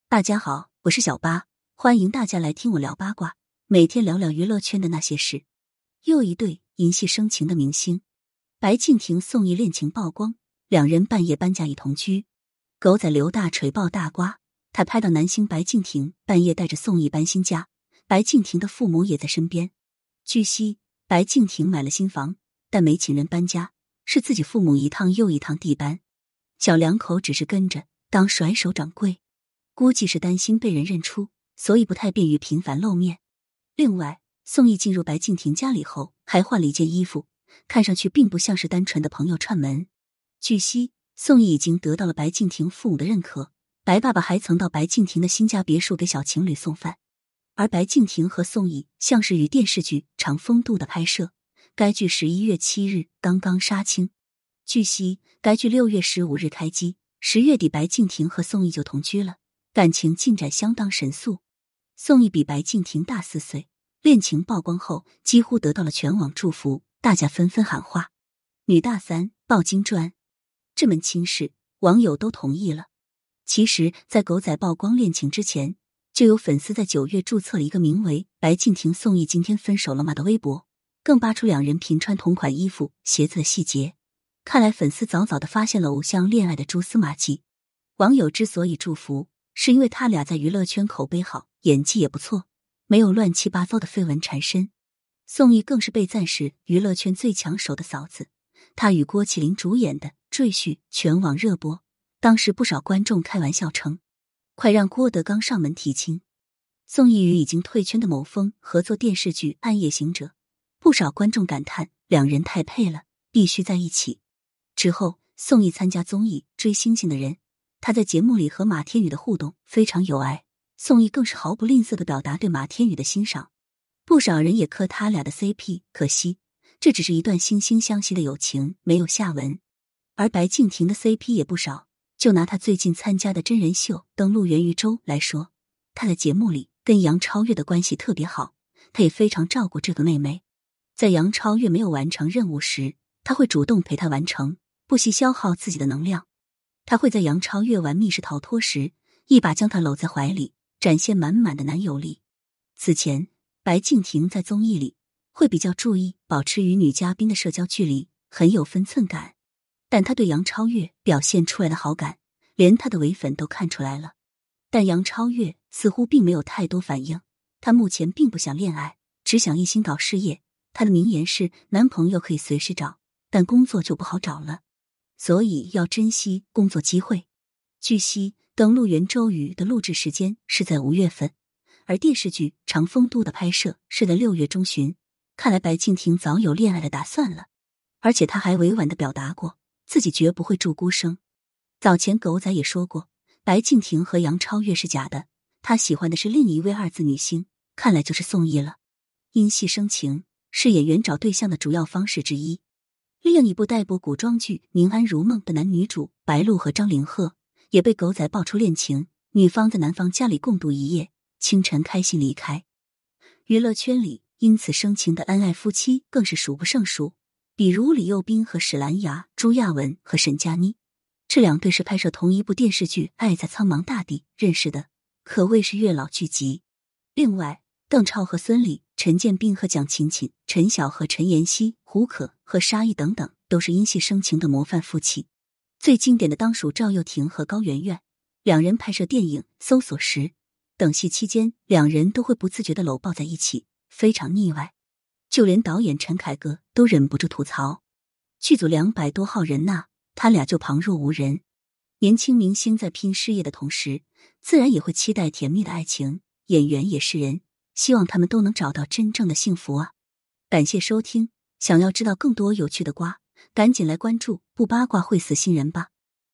大家好，我是小八，欢迎大家来听我聊八卦，每天聊聊娱乐圈的那些事。又一对银戏生情的明星，白敬亭宋轶恋情曝光，两人半夜搬家一同居。狗仔刘大锤爆大瓜，他拍到男星白敬亭半夜带着宋轶搬新家，白敬亭的父母也在身边。据悉，白敬亭买了新房，但没请人搬家，是自己父母一趟又一趟地搬，小两口只是跟着当甩手掌柜。估计是担心被人认出，所以不太便于频繁露面。另外，宋轶进入白敬亭家里后，还换了一件衣服，看上去并不像是单纯的朋友串门。据悉，宋轶已经得到了白敬亭父母的认可，白爸爸还曾到白敬亭的新家别墅给小情侣送饭。而白敬亭和宋轶像是与电视剧《长风渡》的拍摄，该剧11月7日刚刚杀青。据悉，该剧6月15日开机，10月底白敬亭和宋轶就同居了。感情进展相当神速，宋轶比白敬亭大4岁，恋情曝光后几乎得到了全网祝福，大家纷纷喊话：女大3抱金砖。这门亲事，网友都同意了。其实，在狗仔曝光恋情之前，就有粉丝在9月注册了一个名为“白敬亭宋轶今天分手了吗”的微博，更扒出两人频穿同款衣服、鞋子的细节。看来粉丝早早的发现了偶像恋爱的蛛丝马迹。网友之所以祝福，是因为他俩在娱乐圈口碑好，演技也不错，没有乱七八糟的绯闻缠身。宋轶更是被赞是娱乐圈最抢手的嫂子，她与郭麒麟主演的《赘婿》全网热播，当时不少观众开玩笑称：“快让郭德纲上门提亲。”宋轶与已经退圈的某峰合作电视剧《暗夜行者》，不少观众感叹两人太配了，必须在一起。之后，宋轶参加综艺《追星星的人》。他在节目里和马天宇的互动非常有爱，宋轶更是毫不吝啬地表达对马天宇的欣赏。不少人也磕他俩的 CP， 可惜这只是一段惺惺相惜的友情，没有下文。而白敬亭的 CP 也不少，就拿他最近参加的真人秀《登陆元宇宙》来说，他在节目里跟杨超越的关系特别好，他也非常照顾这个妹妹。在杨超越没有完成任务时，他会主动陪她完成，不惜消耗自己的能量。他会在杨超越玩密室逃脱时，一把将她搂在怀里，展现满满的男友力。此前，白敬亭在综艺里会比较注意保持与女嘉宾的社交距离，很有分寸感。但他对杨超越表现出来的好感，连他的伪粉都看出来了。但杨超越似乎并没有太多反应，她目前并不想恋爱，只想一心搞事业。她的名言是：男朋友可以随时找，但工作就不好找了。所以要珍惜工作机会。据悉，《登陆元周语》的录制时间是在5月份，而电视剧《长风渡》的拍摄是在6月中旬。看来白敬亭早有恋爱的打算了，而且他还委婉地表达过自己绝不会住孤生。早前狗仔也说过，白敬亭和杨超越是假的，他喜欢的是另一位2字女星，看来就是宋轶了。因戏生情是演员找对象的主要方式之一。另一部待播古装剧《宁安如梦》的男女主白鹿和张凌赫也被狗仔爆出恋情，女方在男方家里共度一夜，清晨开心离开。娱乐圈里因此生情的恩爱夫妻更是数不胜数，比如李幼斌和史兰芽、朱亚文和沈佳妮，这2对是拍摄同一部电视剧《爱在苍茫大地》认识的，可谓是月老聚集。另外，邓超和孙俪、陈建斌和蒋勤勤、陈晓和陈妍希、胡可和沙溢等等，都是因戏生情的模范夫妻。最经典的当属赵又廷和高圆圆，两人拍摄电影《搜索》时，等戏期间，两人都会不自觉地搂抱在一起，非常腻歪。就连导演陈凯歌都忍不住吐槽：剧组200多号人呐，他俩就旁若无人。年轻明星在拼事业的同时，自然也会期待甜蜜的爱情，演员也是人，希望他们都能找到真正的幸福啊！感谢收听，想要知道更多有趣的瓜，赶紧来关注，不八卦会死新人吧。